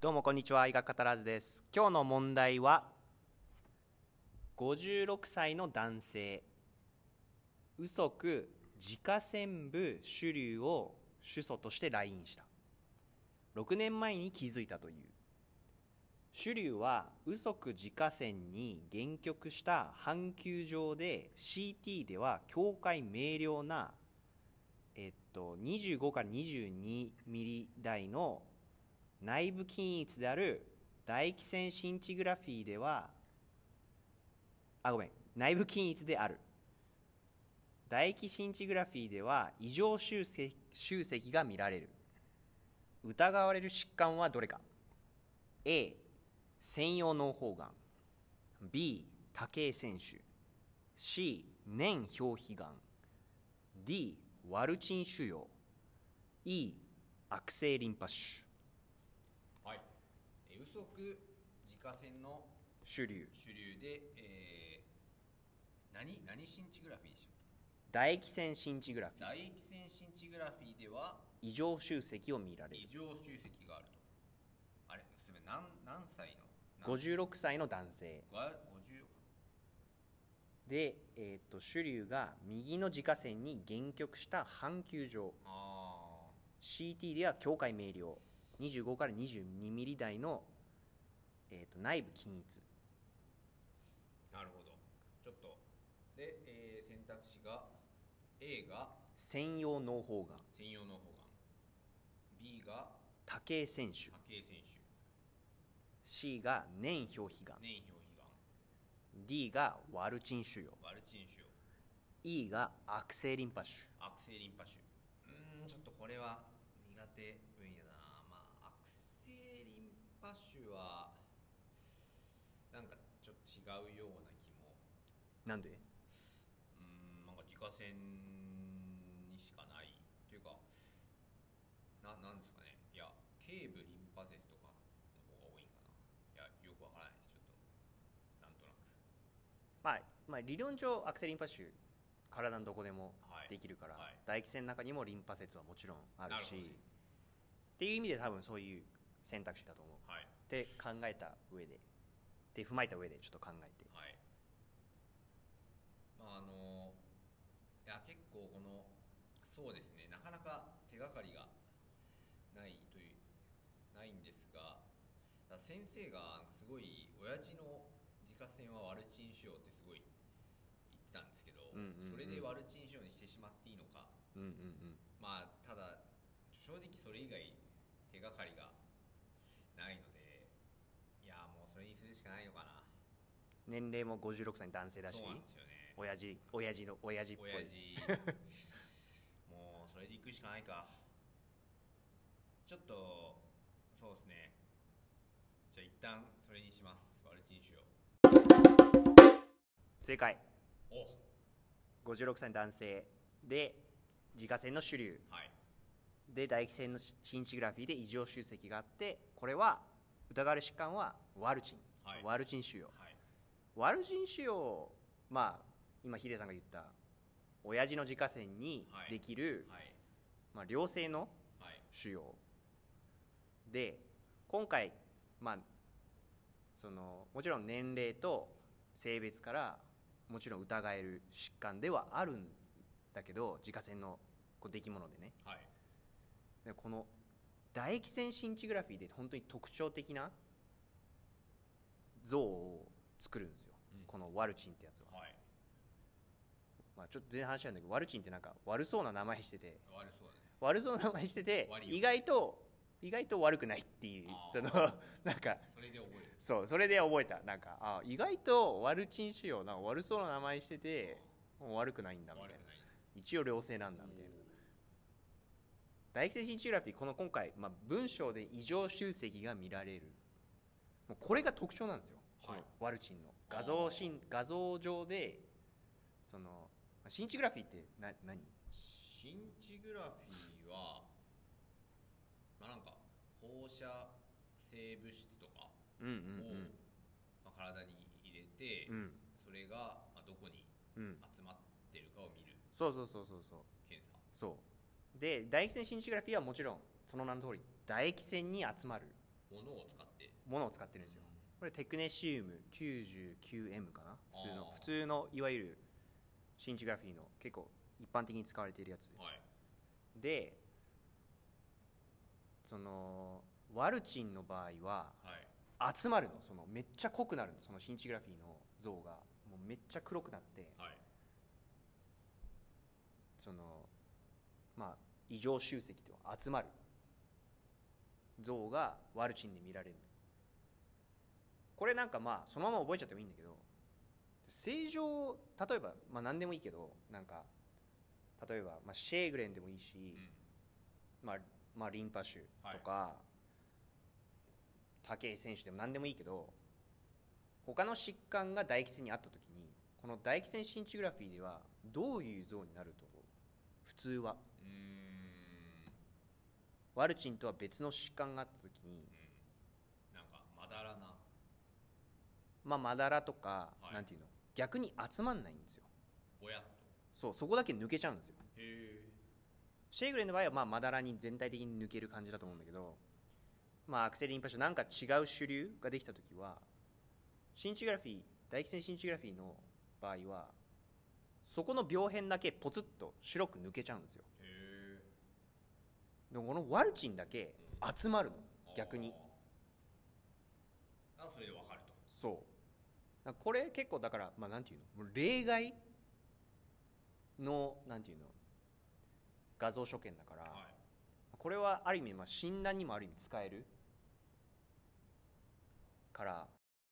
どうもこんにちは、医学語らずです。今日の問題は56歳の男性、右側耳下腺部腫瘤を主訴として来院した。6年前に気づいたという。腫瘤は右側耳下腺に限局した半球状で CT では境界明瞭な25から22ミリ台の内部均一である唾液腺シンチグラフィーでは内部均一である唾液シンチグラフィーでは異常集積が見られる。疑われる疾患はどれか。 A 専用脳胞がん、 B 多形腺腫、 C 粘表皮がん、 D ワルチン腫瘍、 E 悪性リンパ腫。 はい、右側耳下腺の腫瘤で、何シンチグラフィーでしょう。 唾液腺シンチグラフィー、 唾液腺シンチグラフィーでは異常集積を見られる。 異常集積があると。あれ、すみません、何歳の 56歳の男性 50 で、腫瘤が右の耳下腺に限局した半球状、CT では境界明瞭、25から22ミリ台の、内部均一。 なるほど。ちょっとで、選択肢が A が専用脳胞がん、 専用脳胞がん、 B が多形腺腫、 多形腺腫、 C が粘表皮がん、 粘表皮がん、 D がワルチン腫瘍、 ワルチン腫瘍、 E が悪性リンパ腫。 悪性リンパ腫。ちょっとこれは苦手分野だな。悪性リンパ腫はなんかちょっと違うような気も。 なんで？ なんか自家腺にしかないというか、なんですかね。いや、頸部リンパ節とかの方が多いんかな。いや、よくわからないです。ちょっとなんとなく。 理論上悪性リンパ腫体のどこでもできるから、 はい、 唾液腺の中にもリンパ節はもちろんあるし、 ね、 っていう意味で多分そういう選択肢だと思う、 はい、 って考えた上で踏まえた上でちょっと考えて、 はい、いや結構このそうですね、なかなか手がかりがないんですが、先生がすごい親父の自家腺はワルチン腫瘍ってすごい言ってたんですけど、それでワルチン腫瘍にしてしまっていいのか、ただ正直それ以外手がかりがないので、いやもうそれにするしかないのかな。 年齢も56歳の男性だし、 そうなんですよね。 親父っぽいもうそれで行くしかないか。ちょっとそうですね、じゃあ一旦それにします。ワルチン腫瘍。 正解。 お、 56歳の男性で自家腺の腫瘤、 はい、 で唾液腺のシンチグラフィーで異常集積があって、これは疑われる疾患はワルチン、ワルチン腫瘍、ワルチン腫瘍、今ヒデさんが言った親父の自家腺にできる、良性の腫瘍で、今回、もちろん年齢と性別からもちろん疑える疾患ではあるんだけど、自家腺の出来物でね、でこの唾液腺シンチグラフィーで本当に特徴的な像を作るんですよ、このワルチンってやつは。ちょっと全然話なんだけど、ワルチンってなんか悪そうな名前してて、悪そうな名前してて、意外と悪くないっていう、なんかそれで覚える。 それで覚えた。なんか意外とワルチン腫瘍なんか悪そうな名前してて、もう悪くないんだみたいな、一応良性なんだみたいな。唾液腺シンチグラフィー、今回、文章で異常集積が見られる、もうこれが特徴なんですよ、このワルチンの画像上で。シンチグラフィーって何？ シンチグラフィーは、なんか放射性物質とかを、体に入れて、それがどこに集まってるかを見る、検査。 そうで、唾液腺シンチグラフィーはもちろんその名の通り唾液腺に集まるものを使ってるんですよ。これテクネシウム 99M かな、普通のいわゆるシンチグラフィーの結構一般的に使われているやつ、でそのワルチンの場合は集まるの、そのめっちゃ濃くなるの、そのシンチグラフィーの像がもうめっちゃ黒くなって、そのまあ異常集積と集まる像がワルチンで見られる。これなんかまあそのまま覚えちゃってもいいんだけど、正常、例えばまあ何でもいいけど、なんか例えばまあシェーグレンでもいいし、まあリンパ腫とか、武井選手でも何でもいいけど、他の疾患が唾液腺にあった時にこの唾液腺シンチグラフィーではどういう像になると思う？普通はワルチンとは別の疾患があった時に、 なんかまだらな、 まあまだらとか、なんていうの、逆に集まんないんですよ。 ぼやっと。 そう、そこだけ抜けちゃうんですよ。シェーグレンの場合はまあまだらに全体的に抜ける感じだと思うんだけど、まあアクセルリンパ腫なんか違う主流ができた時はシンチグラフィー、唾液腺シンチグラフィーの場合はそこの病変だけポツッと白く抜けちゃうんですよ。でもこのワルチンだけ集まるの、逆に。 それで分かると。 そうこれ結構だからまあなんていうの、例外のなんていうの画像所見だから、これはある意味まあ診断にもある意味使えるから。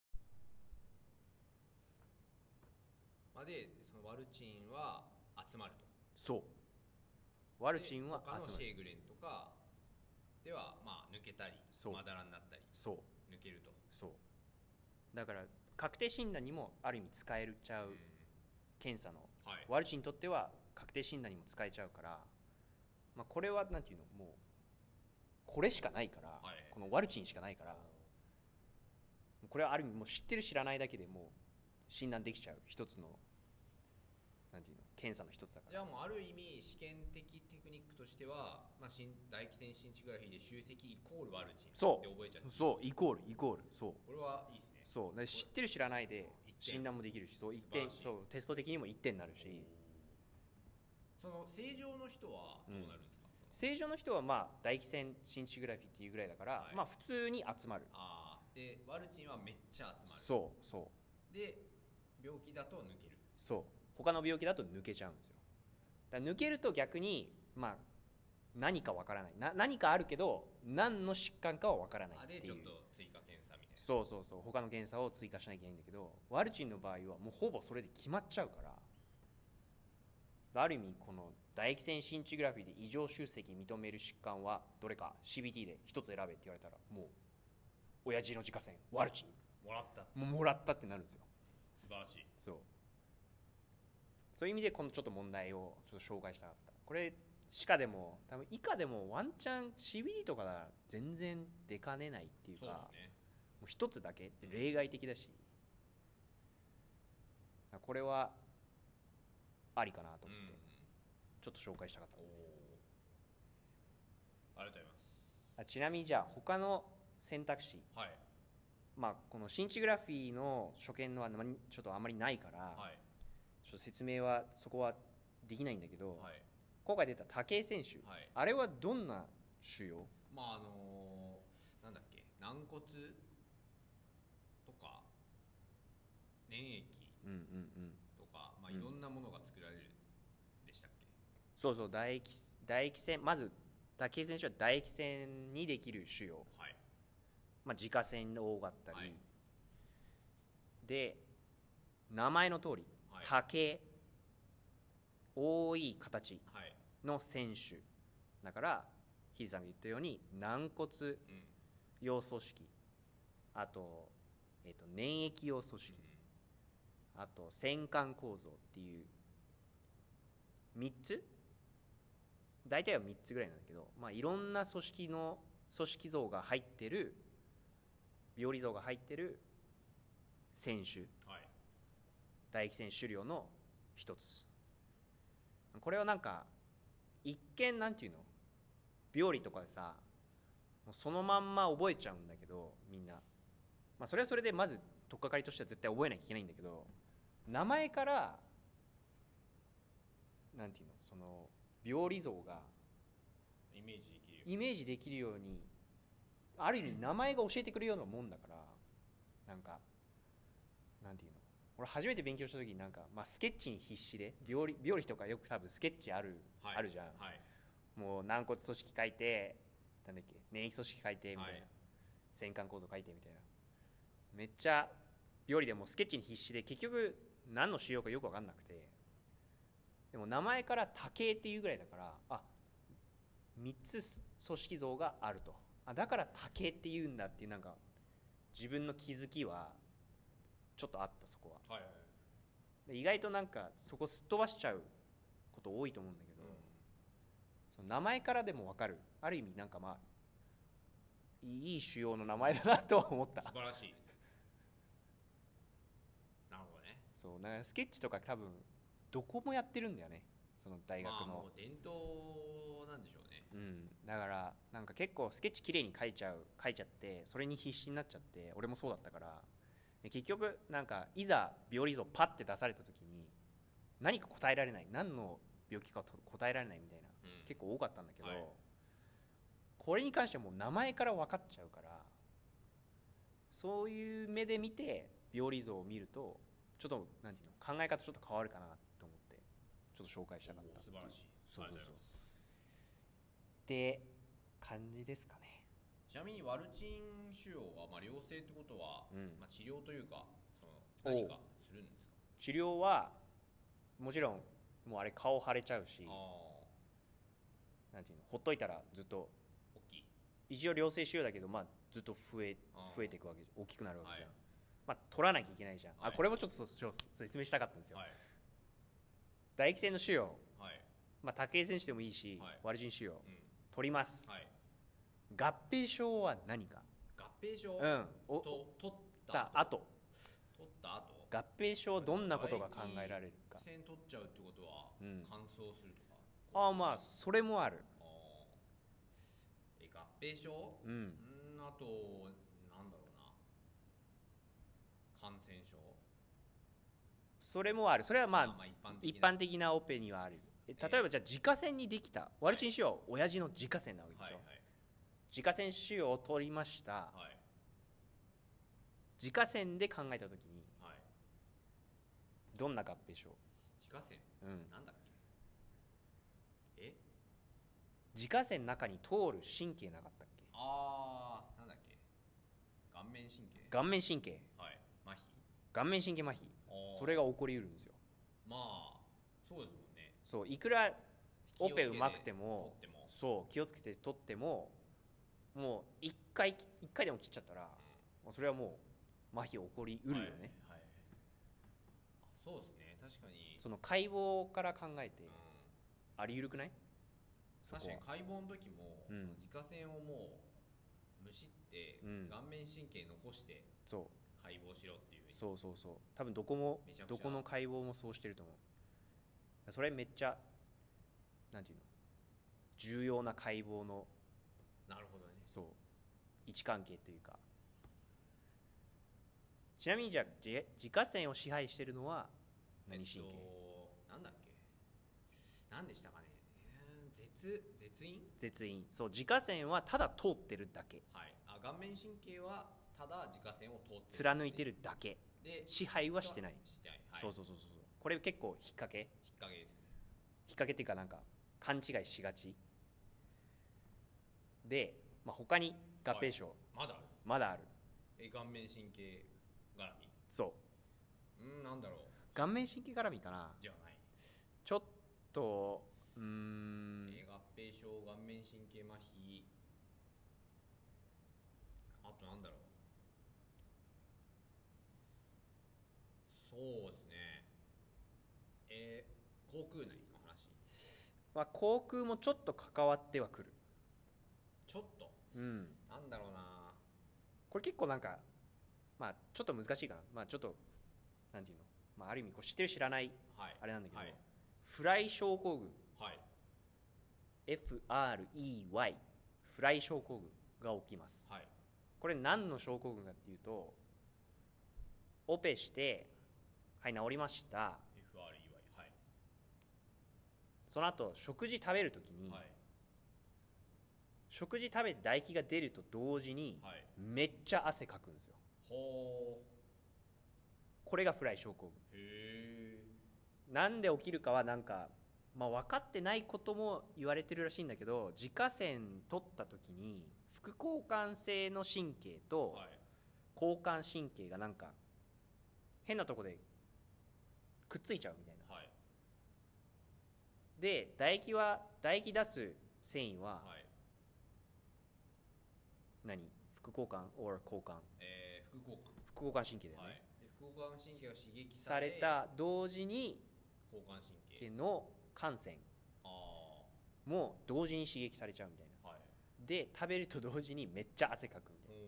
でそのワルチンは集まると。 そうワルチンは集まる。 他のシェーグレンとかではまあ抜けたりまだらになったり抜けると。 そうだから確定診断にもある意味使えちゃう検査の、ワルチンにとっては確定診断にも使えちゃうから、まあ、これはなんていうの、もうこれしかないから、このワルチンしかないから、これはある意味もう知ってる知らないだけでもう診断できちゃう一つのなんていうの検査の一つだから。 じゃあもうある意味試験的テクニックとしては、まあ、唾液腺シンチグラフィーで集積イコールワルチンって覚えちゃう。 そうイコールそうこれはいいですね。 そう知ってる知らないで診断もできるし、そう1点、そうテスト的にも1点になるし。 その正常の人はどうなるんですか？ 正常の人はまあ唾液腺シンチグラフィーっていうぐらいだから、まあ普通に集まる。 でワルチンはめっちゃ集まる。 そうで病気だと抜ける。 他の病気だと抜けちゃうんですよ。だから抜けると逆にまあ何かわからない、何かあるけど何の疾患かはわからないっていう。 でちょっと追加検査みたいな。 そう他の検査を追加しなきゃいけないんだけど、ワルチンの場合はもうほぼそれで決まっちゃうから、ある意味この唾液腺シンチグラフィーで異常集積認める疾患はどれか CBT で一つ選べって言われたら、もう親父の自家腺ワルチンもらったってなるんですよ。 素晴らしい。 そういう意味でこのちょっと問題をちょっと紹介したかった。これ歯科でも多分以下でもワンチャン CBD とかなら全然出かねないっていうか、もう一つだけ例外的だし、これはありかなと思ってちょっと紹介したかった。 ありがとうございます。 ちなみにじゃあ他の選択肢、まあこのシンチグラフィーの所見のはちょっとあまりないから、ちょっと説明はそこはできないんだけど、今回出た武井選手、あれはどんな腫瘍？ まあなんだっけ、軟骨とか粘液とか、まあいろんなものが作られるでしたっけ？ そう唾液腺、まず武井選手は唾液腺にできる腫瘍、まあ自家腺が多かったり、で名前の通り竹、多い形の選手だから、ヒデさんが言ったように軟骨様組織、あと、粘液様組織、あと腺管構造っていう3つ、大体は3つぐらいなんだけど、まあいろんな組織像が入ってる、病理像が入ってる選手、唾液腺腫瘍の一つ。これはなんか一見なんていうの、病理とかでさ、 もうそのまんま覚えちゃうんだけどみんな、まあ、それはそれでまず取っかかりとしては絶対覚えなきゃいけないんだけど、名前からなんていうの、その病理像がイメージできるイメージできるようにある意味名前が教えてくれるようなもんだから、なんかなんていうの、俺初めて勉強した時になんか、まあ、スケッチに必死で病理とかよく多分スケッチあるじゃん、もう軟骨組織書いてなんだっけ粘液組織書いてみたいな、線管構造書いてみたいな、めっちゃ病理でもスケッチに必死で結局何の腫瘍かよく分かんなくて、でも名前から多形っていうぐらいだから、あ、3つ組織像があると、あ、だから多形っていうんだっていう、なんか自分の気づきはちょっとあった、そこは、で意外となんかそこすっ飛ばしちゃうこと多いと思うんだけど、その名前からでも分かる、ある意味なんかまあいい腫瘍の名前だなとは思った。 素晴らしい。なるほどね。 そうなんかスケッチとか多分どこもやってるんだよね、その大学の、 もう伝統なんでしょうね。 だからなんか結構スケッチ綺麗に描いちゃってそれに必死になっちゃって、俺もそうだったから、で結局なんかいざ病理像パッて出された時に何か答えられない、何の病気か答えられないみたいな、結構多かったんだけど、これに関してはもう名前から分かっちゃうから、そういう目で見て病理像を見るとちょっとなんていうの、考え方ちょっと変わるかなと思ってちょっと紹介したかった。 素晴らしい。 そうって感じですかね。 ちなみにワルチン腫瘍は良性ってことは、治療というかその何かするんですか？ 治療はもちろんもうあれ顔腫れちゃうし、なんていうの、ほっといたらずっと大きい、 一応良性腫瘍だけど、まあずっと増えていくわけ、大きくなるわけじゃん、まあ取らなきゃいけないじゃん、これもちょっと説明したかったんですよ、唾液腺の腫瘍、まあ武井選手でもいいし、ワルチン腫瘍、取ります、合併症は何か。 合併症、取った後合併症、どんなことが考えられるか。 唾液腺取っちゃうってことは、乾燥するとか。 まあそれもある。 合併症、あとなんだろうな、感染症、 それもある。それはまあ一般的なオペにはある。例えばじゃあ自家腺にできたワルチン腫瘍、親父の自家腺なわけでしょ、自家腺腫瘍を取りました、自家腺で考えたときに、どんな合併症？ 自家腺、なんだっけ？ 自家腺の中に通る神経なかったっけ？ なんだっけ？顔面神経、 顔面神経、 麻痺、 顔面神経麻痺、それが起こりうるんですよ。 まあそうですもんね。 そう、いくらオペうまくても、そう気をつけて取っても、もう1回でも切っちゃったら、それはもう麻痺起こりうるよね。 そうですね、確かに。 その解剖から考えて、あり得るくない？ 確かに解剖の時も、自家腺をもうむしって、顔面神経残して解剖しろっていう。 そう多分どこの解剖もそうしてると思う。それめっちゃなんていうの、重要な解剖の、 なるほどね、 そう位置関係というか。ちなみにじゃあ自家腺を支配してるのは何神経？ なんだっけ、何でしたかね、 絶陰。そう、自家腺はただ通ってるだけ、 顔面神経はただ自家腺を通ってる、 貫いてるだけで、支配はしてない。そうこれ結構引っ掛けですね。引っ掛けっていうか、なんか勘違いしがちで、他に合併症、まだある。 顔面神経絡み。 そう、 なんだろう、 顔面神経絡みかな。 じゃない、 ちょっと合併症、顔面神経麻痺、あとなんだろう、そうですね、口腔内の話。 口腔もちょっと関わってはくる。 ちょっと、なんだろうな、 これ結構なんかちょっと難しいかな。ちょっとなんていうの、ある意味知ってる知らないあれなんだけど、フライ症候群、FREY、フライ症候群、 が起きます、 はい、 これ何の症候群かっていうと、オペしてはい治りました、 FREY、はい、 その後食事食べるときに、 はい、 食事食べて唾液が出ると同時に、 はい、 めっちゃ汗かくんですよ。 ほこれがフライ症候群。 へーなんで起きるかはなんか、まあ、分かってないことも言われてるらしいんだけど、自家腺取った時に副交感性の神経と交感神経がなんか変なとこでくっついちゃうみたいな、 はい、 で唾液出す繊維は、 はい、 何副交感 or 交感、副交感神経だよね、 はい、で副交感神経が刺激された同時に交感神経の汗腺も同時に刺激されちゃうみたいな、はい、で食べると同時にめっちゃ汗かくみたいな、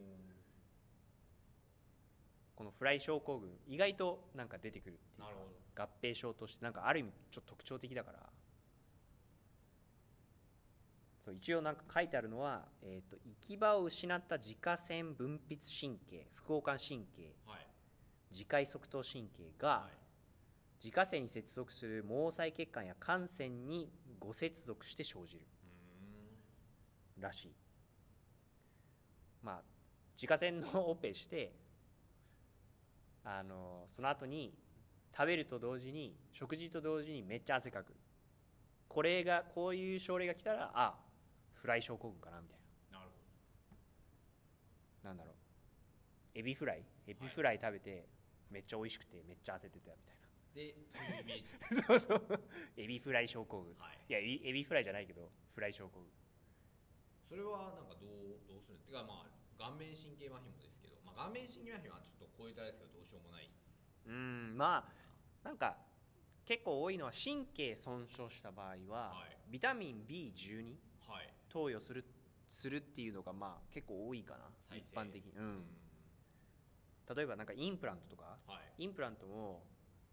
このフライ症候群意外となんか出てくるっていうか、合併症としてなんかある意味ちょっと特徴的だから、そう一応なんか書いてあるのは、行き場を失った自家腺分泌神経、副交感神経、はい、自界側頭神経が、はい、自家腺に接続する毛細血管や汗腺にご接続して生じるらしい。まあ自家腺のオペしてその後に食べると同時に食事と同時にめっちゃ汗かく、こういう症例が来たらフライ症候群かなみたいな。なるほど。なんだろう、エビフライ食べてめっちゃ美味しくてめっちゃ汗出たみたいなでイメージそうそう、エビフライ症候群、 はい、 いやエビフライじゃないけどフライ症候群。 それはなんかどうするっていうか、まあ顔面神経麻痺もですけど、まあ、顔面神経麻痺はちょっとこういうたらですけどどうしようもない。 まあなんか結構多いのは神経損傷した場合は、はい、ビタミン B12、はい、投与するっていうのがまあ結構多いかな、一般的に、例えばなんかインプラントとか、はい、インプラントも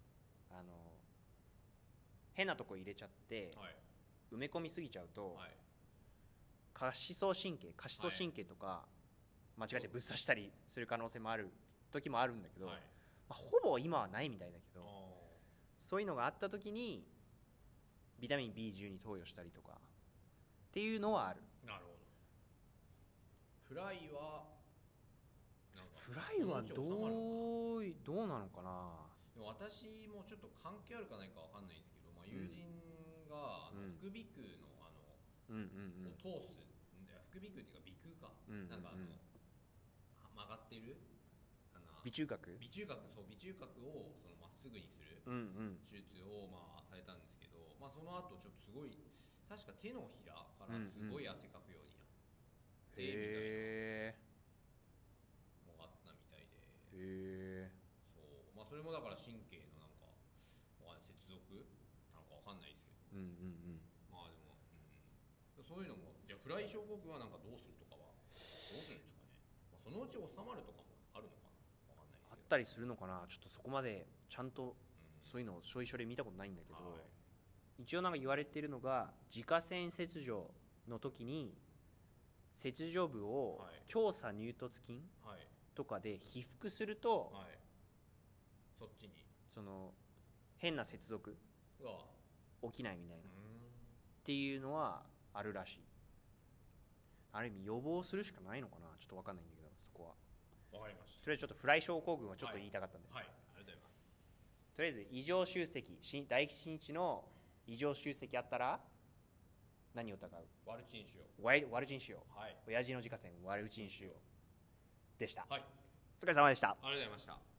変なとこ入れちゃって、はい、埋め込みすぎちゃうと、はい、下肢層神経とか、間違えてぶっ刺したりする可能性もある時もあるんだけど、はい、まあ、ほぼ今はないみたいだけど、そういうのがあった時にビタミン B12 投与したりとかっていうのはある。 なるほど。フライはどうなのかな。 でも私もちょっと関係あるかないか分かんないんですけど、まあ、友人が副鼻腔のを通す、副鼻腔っていうか鼻腔か、なんか曲がってる鼻中隔をそのまっすぐにする手術をまあされたんですけど、まあ、その後ちょっとすごい確か手のひらからすごい汗かくようになってみたいなのがあったみたいで、そう、まあ、それもだから神経のなんか接続なのかわかんないですけど、まあでも、そういうのもじゃあフライ症候群はなんかどうするとかはどうするんですかね、まあ、そのうち収まるとかもあるのかな、わかんないですけど、あったりするのかな、ちょっとそこまでちゃんとそういうのを書類見たことないんだけど、一応なんか言われてるのが自家腺切除の時に切除部を強鎖乳突筋とかで被覆すると、そっちにその変な接続起きないみたいなっていうのはあるらしい。ある意味予防するしかないのかな、ちょっと分かんないんだけど、そこは分かりました。とりあえずちょっとフライ症候群はちょっと言いたかったんで、はい、ありがとうございます。とりあえず異常集積、唾液新地の異常集積あったら何を疑う？ワルチン腫瘍。ワルチン腫瘍、はい、親父の自家腺ワルチン腫瘍でした、はい、お疲れ様でした。ありがとうございました。